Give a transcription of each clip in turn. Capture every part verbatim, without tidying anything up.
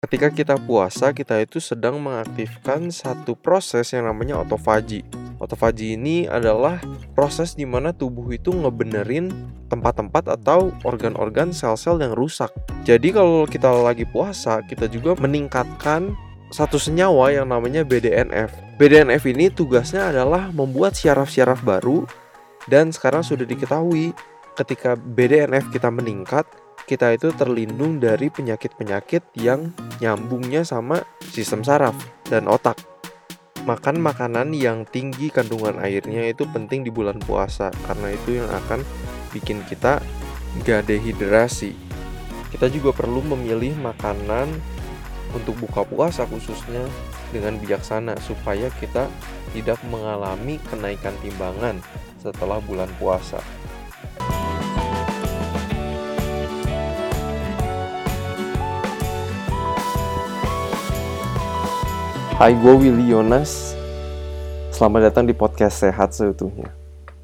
Ketika kita puasa, kita itu sedang mengaktifkan satu proses yang namanya otofagi. Otofagi ini adalah proses di mana tubuh itu ngebenerin tempat-tempat atau organ-organ sel-sel yang rusak. Jadi kalau kita lagi puasa, kita juga meningkatkan satu senyawa yang namanya B D N F. B D N F ini tugasnya adalah membuat syaraf-syaraf baru, dan sekarang sudah diketahui ketika B D N F kita meningkat, kita itu terlindung dari penyakit-penyakit yang nyambungnya sama sistem saraf dan otak. Makan makanan yang tinggi kandungan airnya itu penting di bulan puasa, karena itu yang akan bikin kita gak dehidrasi. Kita juga perlu memilih makanan untuk buka puasa khususnya dengan bijaksana, supaya kita tidak mengalami kenaikan timbangan setelah bulan puasa. Hai, gue Willy Yonas. Selamat datang di podcast Sehat Seutuhnya.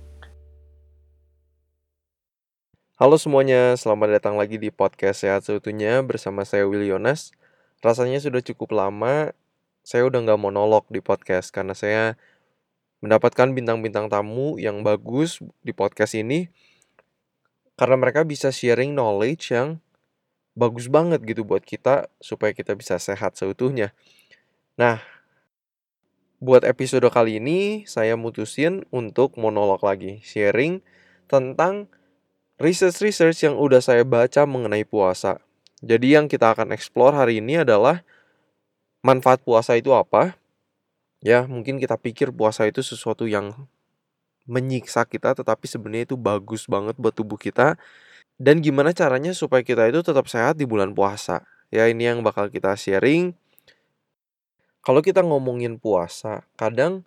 Halo semuanya, selamat datang lagi di podcast Sehat Seutuhnya bersama saya Willy Yonas. Rasanya sudah cukup lama saya udah gak monolog di podcast, karena saya mendapatkan bintang-bintang tamu yang bagus di podcast ini, karena mereka bisa sharing knowledge yang bagus banget gitu buat kita, supaya kita bisa sehat seutuhnya. Nah, buat episode kali ini, saya mutusin untuk monolog lagi, sharing tentang research-research yang udah saya baca mengenai puasa. Jadi yang kita akan explore hari ini adalah manfaat puasa itu apa. Ya, mungkin kita pikir puasa itu sesuatu yang menyiksa kita, tetapi sebenarnya itu bagus banget buat tubuh kita. Dan gimana caranya supaya kita itu tetap sehat di bulan puasa. Ya, ini yang bakal kita sharing. Kalau kita ngomongin puasa, kadang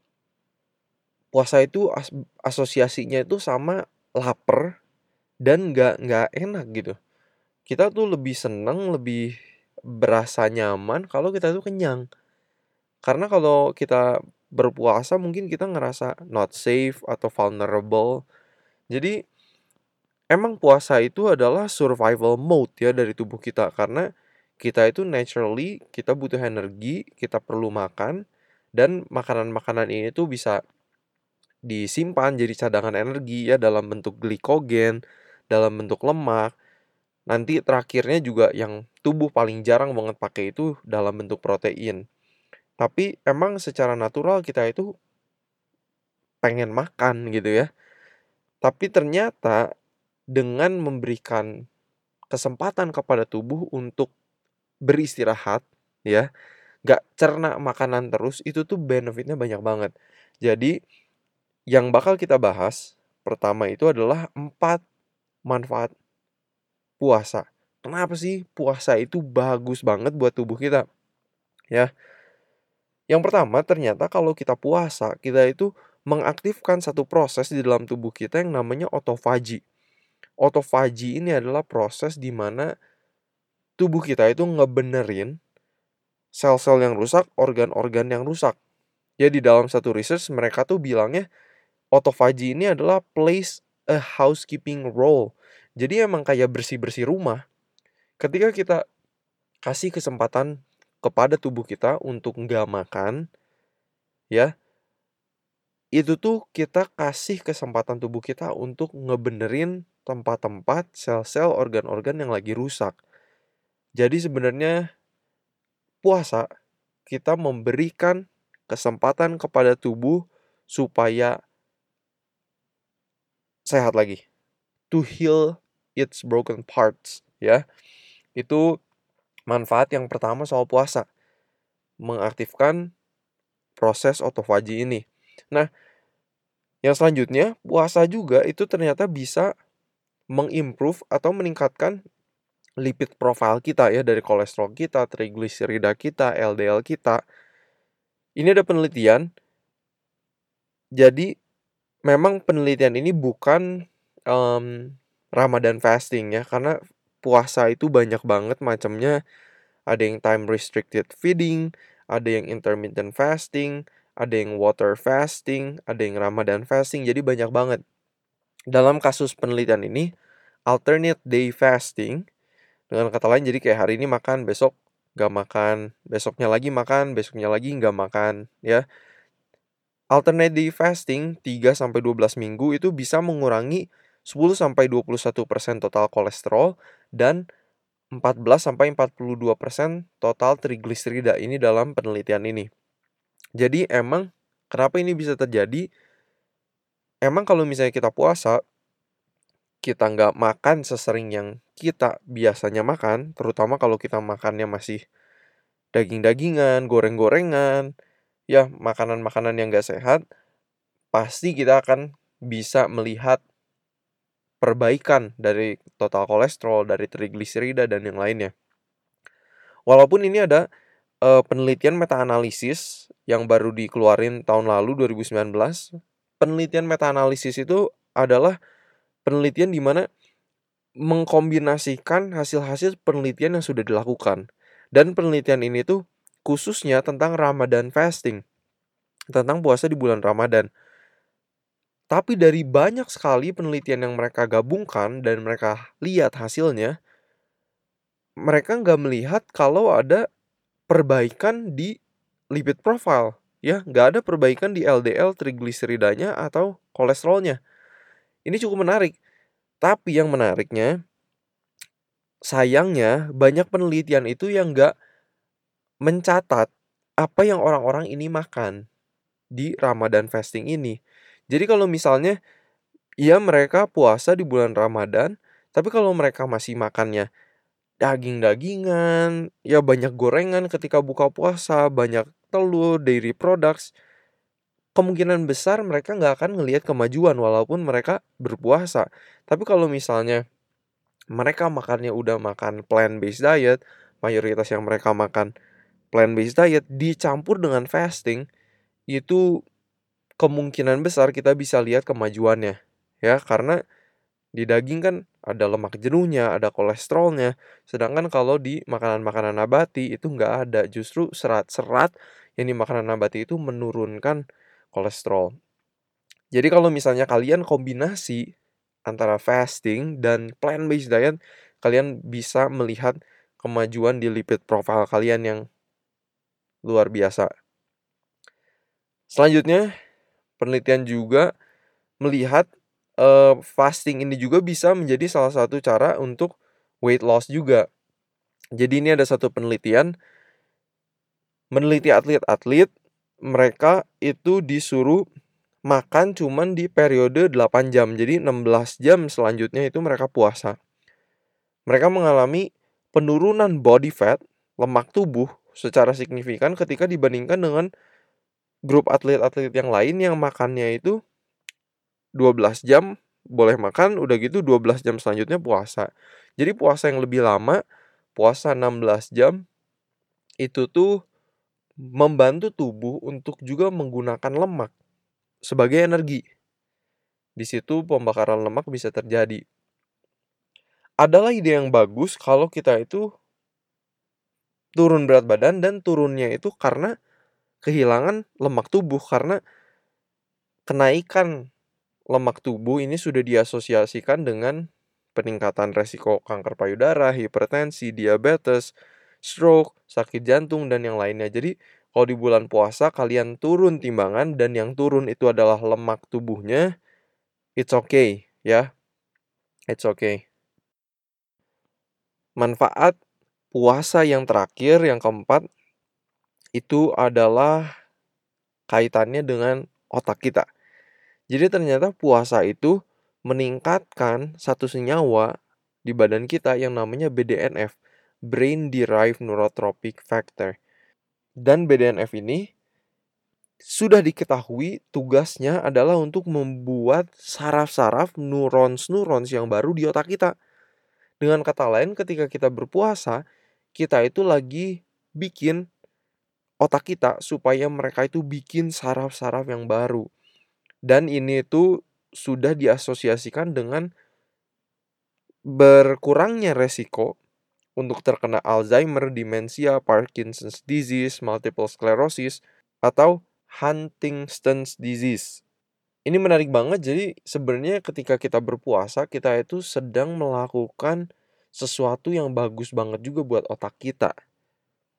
puasa itu as- asosiasinya itu sama lapar dan nggak nggak enak gitu. Kita tuh lebih seneng, lebih berasa nyaman kalau kita tuh kenyang. Karena kalau kita berpuasa mungkin kita ngerasa not safe atau vulnerable. Jadi emang puasa itu adalah survival mode ya dari tubuh kita, karena kita itu naturally kita butuh energi, kita perlu makan, dan makanan-makanan ini tuh bisa disimpan jadi cadangan energi ya dalam bentuk glikogen, dalam bentuk lemak. Nanti terakhirnya juga yang tubuh paling jarang banget pakai itu dalam bentuk protein. Tapi emang secara natural kita itu pengen makan gitu ya. Tapi ternyata dengan memberikan kesempatan kepada tubuh untuk beristirahat ya, gak cerna makanan terus, itu tuh benefitnya banyak banget. Jadi yang bakal kita bahas pertama itu adalah empat manfaat puasa. Kenapa sih puasa itu bagus banget buat tubuh kita? Ya, yang pertama ternyata kalau kita puasa, kita itu mengaktifkan satu proses di dalam tubuh kita yang namanya otofagi. Otofagi ini adalah proses di mana tubuh kita itu ngebenerin sel-sel yang rusak, organ-organ yang rusak. Ya, di dalam satu research mereka tuh bilangnya otofagi ini adalah plays a housekeeping role. Jadi emang kayak bersih-bersih rumah. Ketika kita kasih kesempatan kepada tubuh kita untuk nggak makan, ya, itu tuh kita kasih kesempatan tubuh kita untuk ngebenerin tempat-tempat, sel-sel, organ-organ yang lagi rusak. Jadi sebenarnya puasa, kita memberikan kesempatan kepada tubuh supaya sehat lagi. To heal its broken parts, ya. Itu manfaat yang pertama soal puasa. Mengaktifkan proses otofagi ini. Nah, yang selanjutnya, puasa juga itu ternyata bisa mengimprove atau meningkatkan lipid profile kita ya, dari kolesterol kita, trigliserida kita, L D L kita. Ini ada penelitian. Jadi memang penelitian ini bukan um, Ramadan fasting ya, karena puasa itu banyak banget macamnya. Ada yang time restricted feeding, ada yang intermittent fasting, ada yang water fasting, ada yang Ramadan fasting. Jadi banyak banget. Dalam kasus penelitian ini, alternate day fasting, dengan kata lain jadi kayak hari ini makan, besok nggak makan, besoknya lagi makan, besoknya lagi nggak makan, ya. Alternative fasting tiga sampai dua belas minggu itu bisa mengurangi sepuluh sampai dua puluh satu persen total kolesterol dan empat belas sampai empat puluh dua persen total trigliserida ini dalam penelitian ini. Jadi emang kenapa ini bisa terjadi? Emang kalau misalnya kita puasa, kita nggak makan sesering yang kita biasanya makan, terutama kalau kita makannya masih daging-dagingan, goreng-gorengan, ya makanan-makanan yang nggak sehat, pasti kita akan bisa melihat perbaikan dari total kolesterol, dari trigliserida, dan yang lainnya. Walaupun ini ada uh, penelitian meta-analisis yang baru dikeluarin tahun lalu dua ribu sembilan belas. Penelitian meta-analisis itu adalah penelitian di mana mengkombinasikan hasil-hasil penelitian yang sudah dilakukan. Dan penelitian ini tuh khususnya tentang Ramadan fasting, tentang puasa di bulan Ramadan. Tapi dari banyak sekali penelitian yang mereka gabungkan dan mereka lihat hasilnya, mereka nggak melihat kalau ada perbaikan di lipid profile, ya, nggak ada perbaikan di L D L trigliseridanya atau kolesterolnya. Ini cukup menarik. Tapi yang menariknya, sayangnya banyak penelitian itu yang nggak mencatat apa yang orang-orang ini makan di Ramadan fasting ini. Jadi kalau misalnya, ya mereka puasa di bulan Ramadan, tapi kalau mereka masih makannya daging-dagingan, ya banyak gorengan ketika buka puasa, banyak telur, dairy products, kemungkinan besar mereka nggak akan ngelihat kemajuan walaupun mereka berpuasa. Tapi kalau misalnya mereka makannya udah makan plant-based diet, mayoritas yang mereka makan plant-based diet dicampur dengan fasting, itu kemungkinan besar kita bisa lihat kemajuannya. Ya, karena di daging kan ada lemak jenuhnya, ada kolesterolnya. Sedangkan kalau di makanan-makanan nabati itu nggak ada. Justru serat-serat yang di makanan nabati itu menurunkan kolesterol. Jadi kalau misalnya kalian kombinasi antara fasting dan plant-based diet, kalian bisa melihat kemajuan di lipid profile kalian yang luar biasa. Selanjutnya, penelitian juga melihat uh, fasting ini juga bisa menjadi salah satu cara untuk weight loss juga. Jadi ini ada satu penelitian meneliti atlet-atlet, mereka itu disuruh makan cuman di periode delapan jam. Jadi enam belas jam selanjutnya itu mereka puasa. Mereka mengalami penurunan body fat, lemak tubuh secara signifikan ketika dibandingkan dengan grup atlet-atlet yang lain yang makannya itu dua belas jam boleh makan, udah gitu dua belas jam selanjutnya puasa. Jadi puasa yang lebih lama, puasa enam belas jam, itu tuh membantu tubuh untuk juga menggunakan lemak sebagai energi. Di situ pembakaran lemak bisa terjadi. Adalah ide yang bagus kalau kita itu turun berat badan dan turunnya itu karena kehilangan lemak tubuh, karena kenaikan lemak tubuh ini sudah diasosiasikan dengan peningkatan resiko kanker payudara, hipertensi, diabetes, stroke, sakit jantung, dan yang lainnya. Jadi kalau di bulan puasa kalian turun timbangan dan yang turun itu adalah lemak tubuhnya, it's okay ya, it's okay. Manfaat puasa yang terakhir, yang keempat, itu adalah kaitannya dengan otak kita. Jadi ternyata puasa itu meningkatkan satu senyawa di badan kita yang namanya B D N F, Brain Derived Neurotrophic Factor. Dan B D N F ini sudah diketahui tugasnya adalah untuk membuat saraf-saraf neurons-neurons yang baru di otak kita. Dengan kata lain, ketika kita berpuasa, kita itu lagi bikin otak kita supaya mereka itu bikin saraf-saraf yang baru. Dan ini itu sudah diasosiasikan dengan berkurangnya resiko untuk terkena Alzheimer, demensia, Parkinson's disease, multiple sclerosis, atau Huntington's disease. Ini menarik banget. Jadi sebenarnya ketika kita berpuasa, kita itu sedang melakukan sesuatu yang bagus banget juga buat otak kita.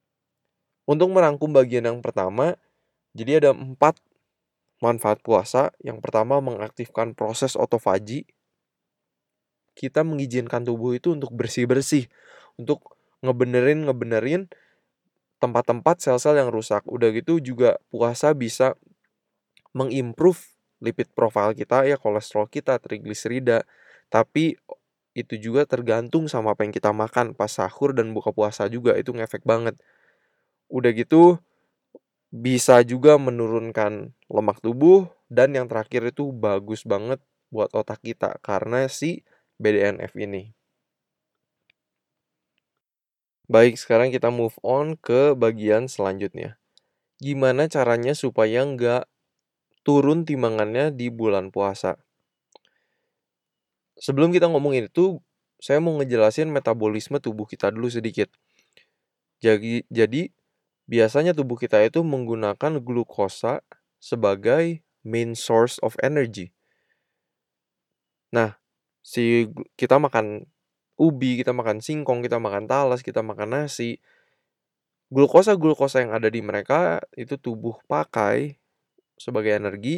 Untuk merangkum bagian yang pertama, jadi ada empat manfaat puasa. Yang pertama, mengaktifkan proses otofagi. Kita mengizinkan tubuh itu untuk bersih-bersih, untuk ngebenerin ngebenerin tempat-tempat sel-sel yang rusak. Udah gitu juga puasa bisa mengimprove lipid profile kita, ya kolesterol kita, trigliserida. Tapi itu juga tergantung sama apa yang kita makan pas sahur dan buka puasa juga, itu ngefek banget. Udah gitu bisa juga menurunkan lemak tubuh, dan yang terakhir itu bagus banget buat otak kita karena si B D N F ini. Baik, sekarang kita move on ke bagian selanjutnya. Gimana caranya supaya nggak turun timbangannya di bulan puasa? Sebelum kita ngomongin itu, saya mau ngejelasin metabolisme tubuh kita dulu sedikit. Jadi, jadi biasanya tubuh kita itu menggunakan glukosa sebagai main source of energy. Nah, si kita makan ubi, kita makan singkong, kita makan talas, kita makan nasi. Glukosa-glukosa yang ada di mereka itu tubuh pakai sebagai energi.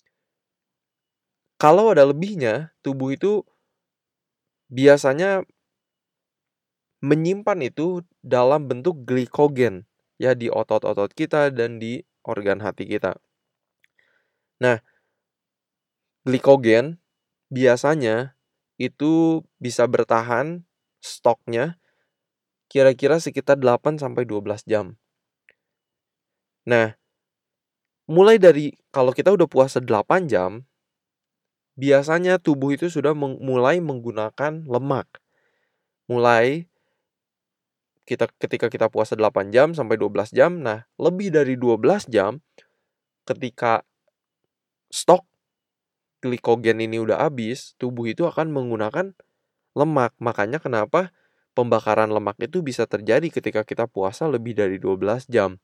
Kalau ada lebihnya, tubuh itu biasanya menyimpan itu dalam bentuk glikogen, ya di otot-otot kita dan di organ hati kita. Nah, glikogen biasanya itu bisa bertahan stoknya kira-kira sekitar delapan sampai dua belas jam. Nah, mulai dari kalau kita udah puasa delapan jam, biasanya tubuh itu sudah meng- mulai menggunakan lemak. Mulai kita ketika kita puasa delapan jam sampai dua belas jam, nah lebih dari dua belas jam ketika stok glikogen ini udah habis, tubuh itu akan menggunakan lemak. Makanya kenapa pembakaran lemak itu bisa terjadi ketika kita puasa lebih dari dua belas jam.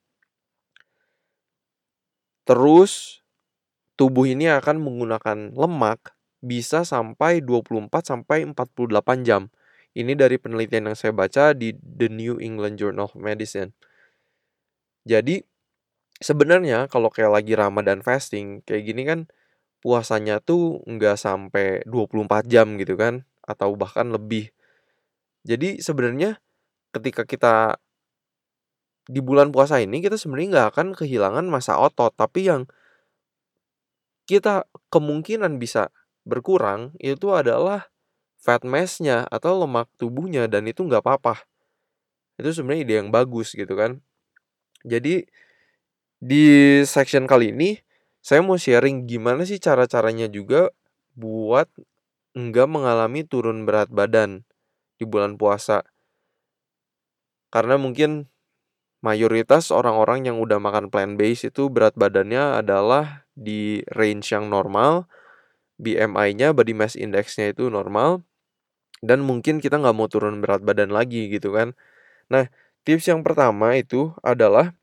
Terus tubuh ini akan menggunakan lemak bisa sampai dua puluh empat sampai empat puluh delapan jam. Ini dari penelitian yang saya baca di The New England Journal of Medicine. Jadi sebenarnya kalau kayak lagi Ramadan fasting kayak gini kan, puasanya tuh nggak sampai dua puluh empat jam gitu kan, atau bahkan lebih. Jadi sebenarnya ketika kita di bulan puasa ini, kita sebenarnya nggak akan kehilangan massa otot, tapi yang kita kemungkinan bisa berkurang itu adalah fat mass-nya atau lemak tubuhnya, dan itu nggak apa-apa. Itu sebenarnya ide yang bagus gitu kan. Jadi di section kali ini saya mau sharing gimana sih cara-caranya juga buat nggak mengalami turun berat badan di bulan puasa. Karena mungkin mayoritas orang-orang yang udah makan plant-based itu berat badannya adalah di range yang normal, B M I-nya, body mass index-nya itu normal, dan mungkin kita nggak mau turun berat badan lagi gitu kan. Nah, tips yang pertama itu adalah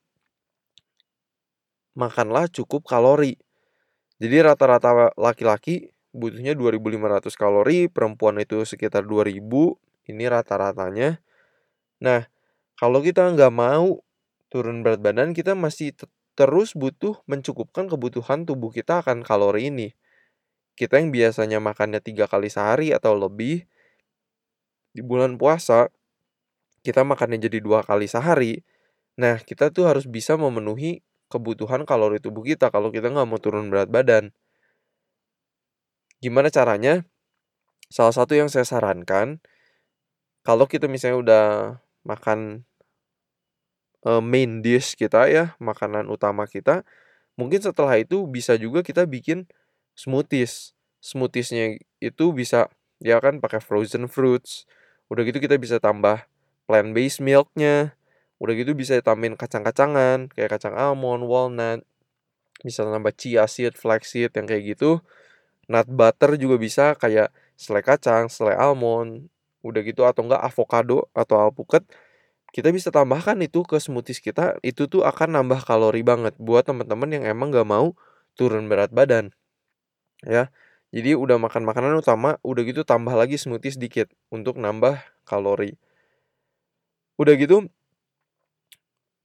makanlah cukup kalori. Jadi rata-rata laki-laki butuhnya dua ribu lima ratus kalori, perempuan itu sekitar dua ribu, ini rata-ratanya. Nah, kalau kita nggak mau turun berat badan, kita masih te- terus butuh mencukupkan kebutuhan tubuh kita akan kalori ini. Kita yang biasanya makannya tiga kali sehari atau lebih, di bulan puasa kita makannya jadi dua kali sehari. Nah, kita tuh harus bisa memenuhi kebutuhan kalori tubuh kita kalau kita nggak mau turun berat badan. Gimana caranya? Salah satu yang saya sarankan, kalau kita misalnya udah makan eh, main dish kita, ya, makanan utama kita, mungkin setelah itu bisa juga kita bikin smoothies. Smoothiesnya itu bisa, ya kan, pakai frozen fruits. Udah gitu kita bisa tambah plant-based milknya. Udah gitu bisa tambahin kacang-kacangan kayak kacang almond, walnut. Bisa tambah chia seed, flax seed yang kayak gitu. Nut butter juga bisa kayak selai kacang, selai almond. Udah gitu atau enggak avocado atau alpukat. Kita bisa tambahkan itu ke smoothies kita. Itu tuh akan nambah kalori banget buat teman-teman yang emang gak mau turun berat badan, ya. Jadi udah makan makanan utama, udah gitu tambah lagi smoothies dikit untuk nambah kalori. Udah gitu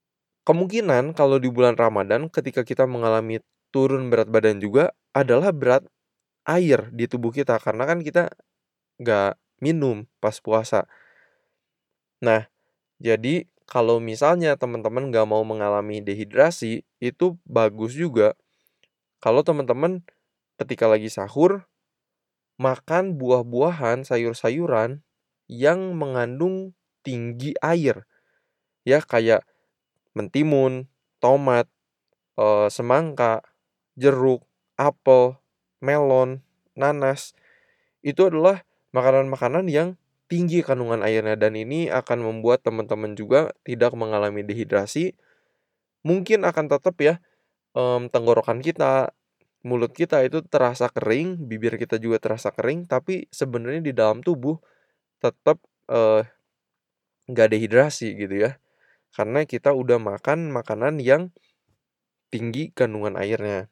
Kemungkinan kalau di bulan Ramadan ketika kita mengalami turun berat badan juga adalah berat air di tubuh kita, karena kan kita nggak minum pas puasa. Nah, jadi kalau misalnya teman-teman nggak mau mengalami dehidrasi, itu bagus juga kalau teman-teman ketika lagi sahur, makan buah-buahan, sayur-sayuran yang mengandung tinggi air. Ya, kayak mentimun, tomat, eee, semangka, jeruk, apel, melon, nanas. Itu adalah makanan-makanan yang tinggi kandungan airnya dan ini akan membuat teman-teman juga tidak mengalami dehidrasi. Mungkin akan tetap ya, mmm, tenggorokan kita, mulut kita itu terasa kering, bibir kita juga terasa kering, tapi sebenarnya di dalam tubuh tetap, eee, nggak dehidrasi gitu ya. Karena kita udah makan makanan yang tinggi kandungan airnya.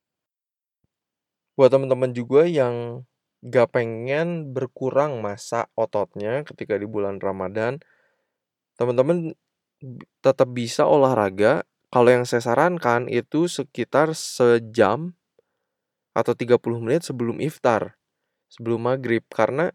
Buat teman-teman juga yang nggak pengen berkurang massa ototnya ketika di bulan Ramadan, teman-teman b tetap bisa olahraga. Kalau yang saya sarankan itu sekitar sejam atau tiga puluh menit sebelum iftar, sebelum maghrib. Karena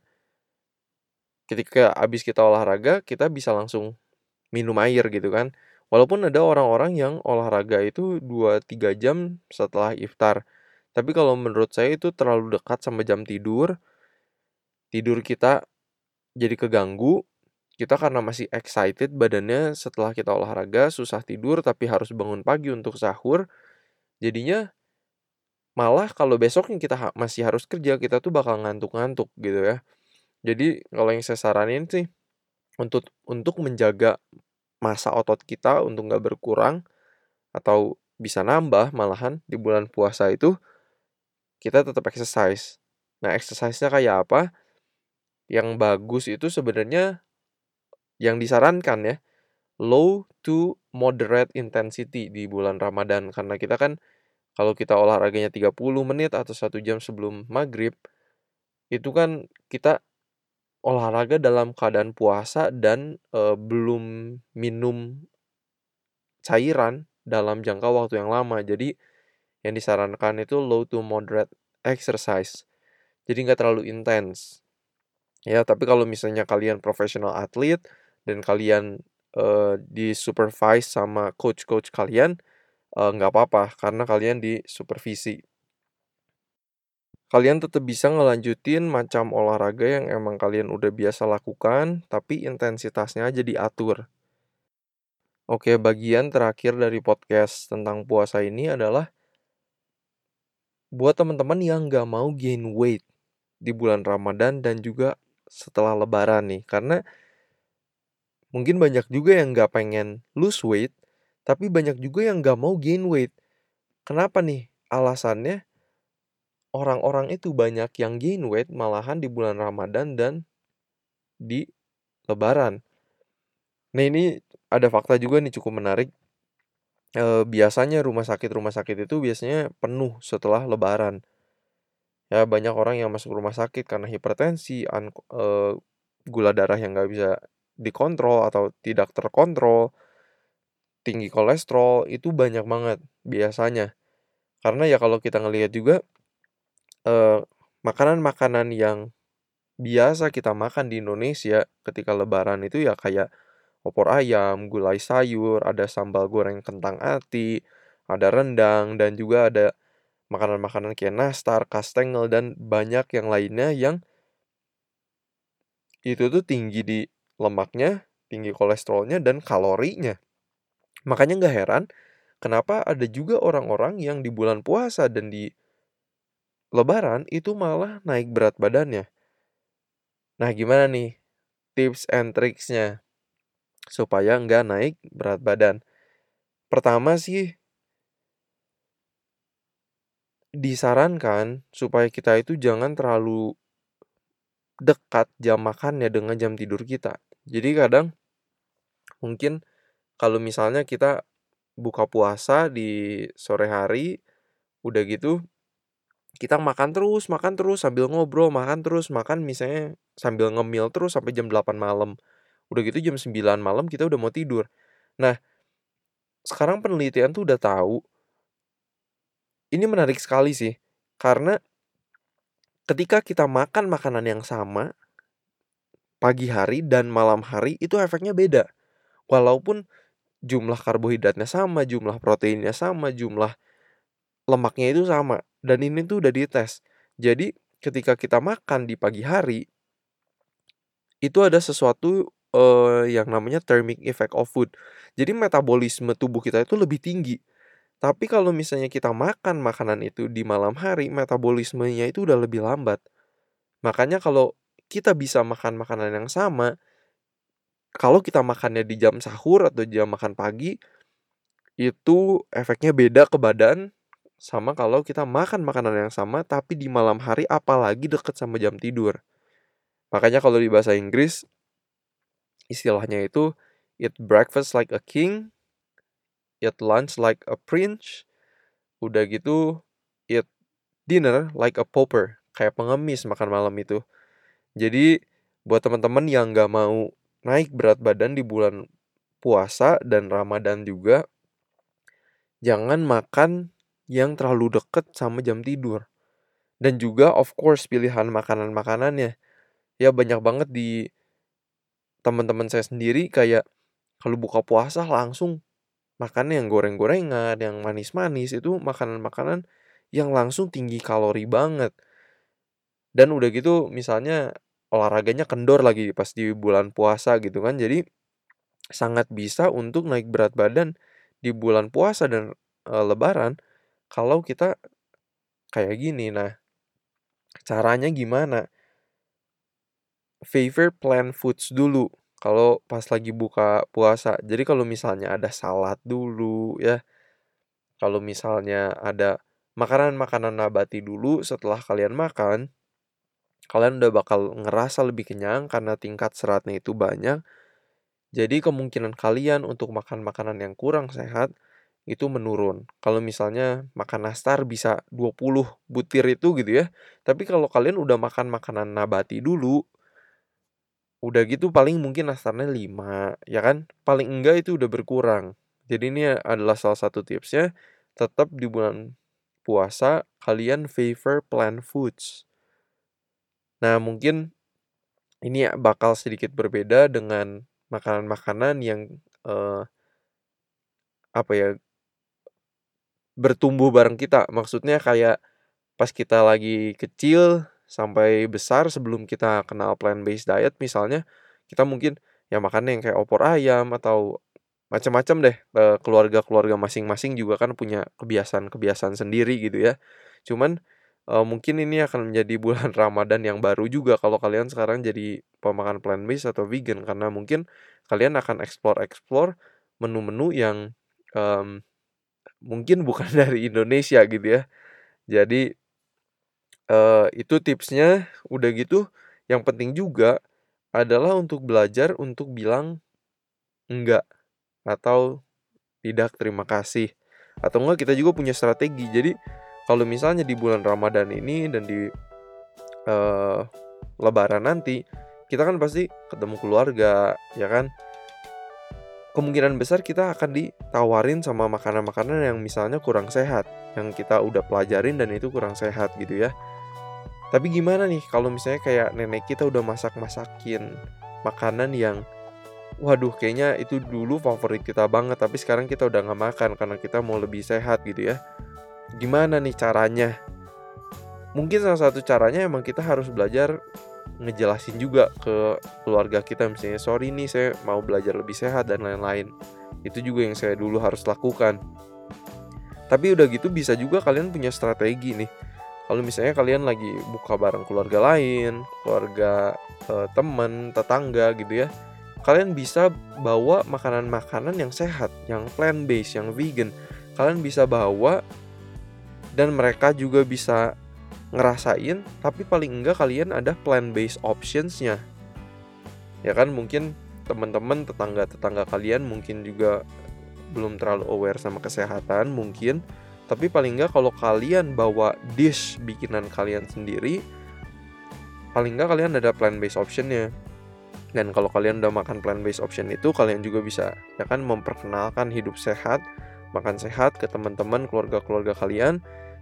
ketika habis kita olahraga, kita bisa langsung minum air gitu kan. Walaupun ada orang-orang yang olahraga itu dua tiga jam setelah iftar. Tapi kalau menurut saya itu terlalu dekat sama jam tidur, tidur kita jadi keganggu, kita karena masih excited badannya setelah kita olahraga, susah tidur tapi harus bangun pagi untuk sahur, jadinya malah kalau besoknya kita ha masih harus kerja, kita tuh bakal ngantuk-ngantuk gitu ya. Jadi kalau yang saya saranin sih, untuk untuk menjaga massa otot kita untuk nggak berkurang atau bisa nambah malahan di bulan puasa itu, kita tetap exercise. Nah, exercise-nya kayak apa? Yang bagus itu sebenarnya yang disarankan ya, low to moderate intensity di bulan Ramadan. Karena kita kan kalau kita olahraganya tiga puluh menit atau satu jam sebelum maghrib, itu kan kita olahraga dalam keadaan puasa dan, eee, belum minum cairan dalam jangka waktu yang lama. Jadi yang disarankan itu low to moderate exercise. Jadi nggak terlalu intens. Ya, tapi kalau misalnya kalian profesional atlet dan kalian, eee, di-supervise sama coach-coach kalian, eee, nggak apa-apa karena kalian disupervisi. Kalian tetap bisa ngelanjutin macam olahraga yang emang kalian udah biasa lakukan, tapi intensitasnya aja diatur. Oke, bagian terakhir dari podcast tentang puasa ini adalah buat teman-teman yang nggak mau gain weight di bulan Ramadan dan juga setelah lebaran nih. Karena mungkin banyak juga yang nggak pengen lose weight, tapi banyak juga yang nggak mau gain weight. Kenapa nih? Alasannya orang-orang itu banyak yang gain weight malahan di bulan Ramadan dan di lebaran. Nah, ini ada fakta juga nih cukup menarik. Eee, biasanya rumah sakit-rumah sakit itu biasanya penuh setelah lebaran. Ya banyak orang yang masuk rumah sakit karena hipertensi, an eee, gula darah yang nggak bisa dikontrol atau tidak terkontrol, tinggi kolesterol, itu banyak banget biasanya. Karena ya kalau kita ngelihat juga, eee, makanan-makanan yang biasa kita makan di Indonesia ketika lebaran itu ya kayak opor ayam, gulai sayur, ada sambal goreng kentang ati, ada rendang, dan juga ada makanan-makanan kayak nastar, kastengel, dan banyak yang lainnya yang itu tuh tinggi di lemaknya, tinggi kolesterolnya, dan kalorinya. Makanya nggak heran kenapa ada juga orang-orang yang di bulan puasa dan di lebaran itu malah naik berat badannya. Nah, gimana nih tips and tricksnya supaya nggak naik berat badan? Pertama sih, disarankan supaya kita itu jangan terlalu dekat jam makannya dengan jam tidur kita. Jadi kadang mungkin kalau misalnya kita buka puasa di sore hari, udah gitu kita makan terus makan terus sambil ngobrol, makan terus, makan misalnya sambil ngemil terus sampai jam delapan malam. Udah gitu jam sembilan malam kita udah mau tidur. Nah, sekarang penelitian tuh udah tahu, ini menarik sekali sih, karena ketika kita makan makanan yang sama, pagi hari dan malam hari itu efeknya beda. Walaupun jumlah karbohidratnya sama, jumlah proteinnya sama, jumlah lemaknya itu sama, dan ini tuh udah dites. Jadi ketika kita makan di pagi hari, itu ada sesuatu, eee, yang namanya thermic effect of food. Jadi metabolisme tubuh kita itu lebih tinggi. Tapi kalau misalnya kita makan makanan itu di malam hari, metabolismenya itu udah lebih lambat. Makanya kalau kita bisa makan makanan yang sama, kalau kita makannya di jam sahur atau jam makan pagi, itu efeknya beda ke badan, sama kalau kita makan makanan yang sama tapi di malam hari apalagi deket sama jam tidur. Makanya kalau di bahasa Inggris, istilahnya itu eat breakfast like a king, eat lunch like a prince, udah gitu eat dinner like a pauper, kayak pengemis makan malam itu. Jadi buat teman-teman yang nggak mau naik berat badan di bulan puasa dan Ramadan juga, jangan makan yang terlalu deket sama jam tidur. Dan juga of course pilihan makanan-makanannya. Ya banyak banget di teman-teman saya sendiri kayak kalau buka puasa langsung makan yang goreng-gorengan, yang manis-manis, itu makanan-makanan yang langsung tinggi kalori banget. Dan udah gitu misalnya olahraganya kendor lagi pas di bulan puasa gitu kan. Jadi sangat bisa untuk naik berat badan di bulan puasa dan, eee, lebaran kalau kita kayak gini. Nah, caranya gimana? Favor plant foods dulu kalau pas lagi buka puasa. Jadi kalau misalnya ada salad dulu ya, kalau misalnya ada makanan-makanan nabati dulu setelah kalian makan, kalian udah bakal ngerasa lebih kenyang karena tingkat seratnya itu banyak. Jadi kemungkinan kalian untuk makan makanan yang kurang sehat itu menurun. Kalau misalnya makan nastar bisa dua puluh butir itu gitu ya. Tapi kalau kalian udah makan makanan nabati dulu, udah gitu paling mungkin nastarnya lima, ya kan? Paling enggak itu udah berkurang. Jadi ini adalah salah satu tipsnya, tetap di bulan puasa kalian favor plant foods. Nah, mungkin ini bakal sedikit berbeda dengan makanan-makanan yang, eee, apa ya, bertumbuh bareng kita. Maksudnya kayak pas kita lagi kecil sampai besar sebelum kita kenal plant-based diet misalnya, kita mungkin ya makannya yang kayak opor ayam atau macam-macam deh, eee, keluarga-keluarga masing-masing juga kan punya kebiasaan-kebiasaan sendiri gitu ya. Cuman, eee, mungkin ini akan menjadi bulan Ramadan yang baru juga kalau kalian sekarang jadi pemakan plant-based atau vegan, karena mungkin kalian akan explore-explore menu-menu yang, mmm, mungkin bukan dari Indonesia gitu ya. Jadi Eee, itu tipsnya. Udah gitu, yang penting juga adalah untuk belajar untuk bilang enggak atau tidak terima kasih. Atau enggak kita juga punya strategi. Jadi kalau misalnya di bulan Ramadan ini dan di, eee, lebaran nanti, kita kan pasti ketemu keluarga, ya kan? Kemungkinan besar kita akan ditawarin sama makanan-makanan yang misalnya kurang sehat, yang kita udah pelajarin dan itu kurang sehat gitu ya. Tapi gimana nih kalau misalnya kayak nenek kita udah masak-masakin makanan yang, waduh kayaknya itu dulu favorit kita banget tapi sekarang kita udah nggak makan karena kita mau lebih sehat gitu ya. Gimana nih caranya? Mungkin salah satu caranya emang kita harus belajar ngejelasin juga ke keluarga kita, misalnya, "Sorry nih saya mau belajar lebih sehat," dan lain-lain. Itu juga yang saya dulu harus lakukan. Tapi udah gitu bisa juga kalian punya strategi nih. Kalau misalnya kalian lagi buka bareng keluarga lain, keluarga, eee, teman, tetangga gitu ya, kalian bisa bawa makanan-makanan yang sehat, yang plant based, yang vegan. Kalian bisa bawa dan mereka juga bisa ngerasain, tapi paling enggak kalian ada plant based options-nya. Ya kan mungkin teman-teman, tetangga-tetangga kalian mungkin juga belum terlalu aware sama kesehatan mungkin. Tapi paling enggak kalau kalian bawa dish bikinan kalian sendiri, paling enggak kalian ada plant-based option-nya. Dan kalau kalian udah makan plant-based option itu, kalian juga bisa ya kan memperkenalkan hidup sehat makan sehat ke teman-teman, keluarga-keluarga kalian,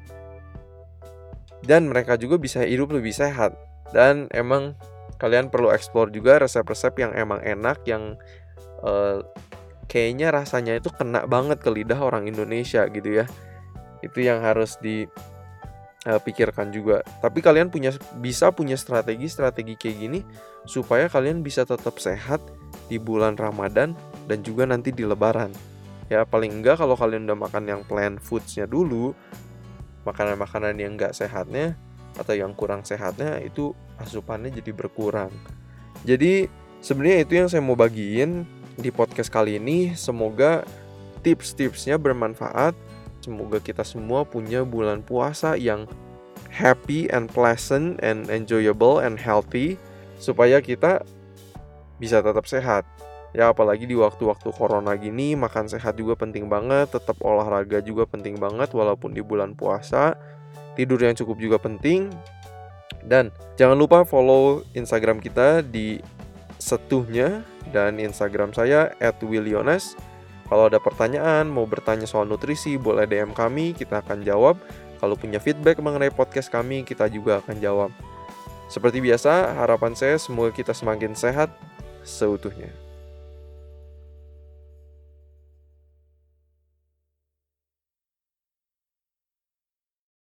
dan mereka juga bisa hidup lebih sehat. Dan emang kalian perlu explore juga resep-resep yang emang enak, yang uh, kayaknya rasanya itu kena banget ke lidah orang Indonesia gitu ya. Itu yang harus dipikirkan juga. Tapi kalian punya bisa punya strategi-strategi kayak gini supaya kalian bisa tetap sehat di bulan Ramadan dan juga nanti di Lebaran. Ya paling enggak kalau kalian udah makan yang plant foods-nya dulu, makanan-makanan yang enggak sehatnya atau yang kurang sehatnya itu asupannya jadi berkurang. Jadi sebenarnya itu yang saya mau bagiin di podcast kali ini. Semoga tips-tipsnya bermanfaat. Semoga kita semua punya bulan puasa yang happy and pleasant and enjoyable and healthy, supaya kita bisa tetap sehat. Ya apalagi di waktu-waktu corona gini, makan sehat juga penting banget, tetap olahraga juga penting banget walaupun di bulan puasa. Tidur yang cukup juga penting. Dan jangan lupa follow Instagram kita di Setuhnya dan Instagram saya et willyones. Kalau ada pertanyaan, mau bertanya soal nutrisi, boleh D M kami, kita akan jawab. Kalau punya feedback mengenai podcast kami, kita juga akan jawab. Seperti biasa, harapan saya semoga kita semakin sehat seutuhnya.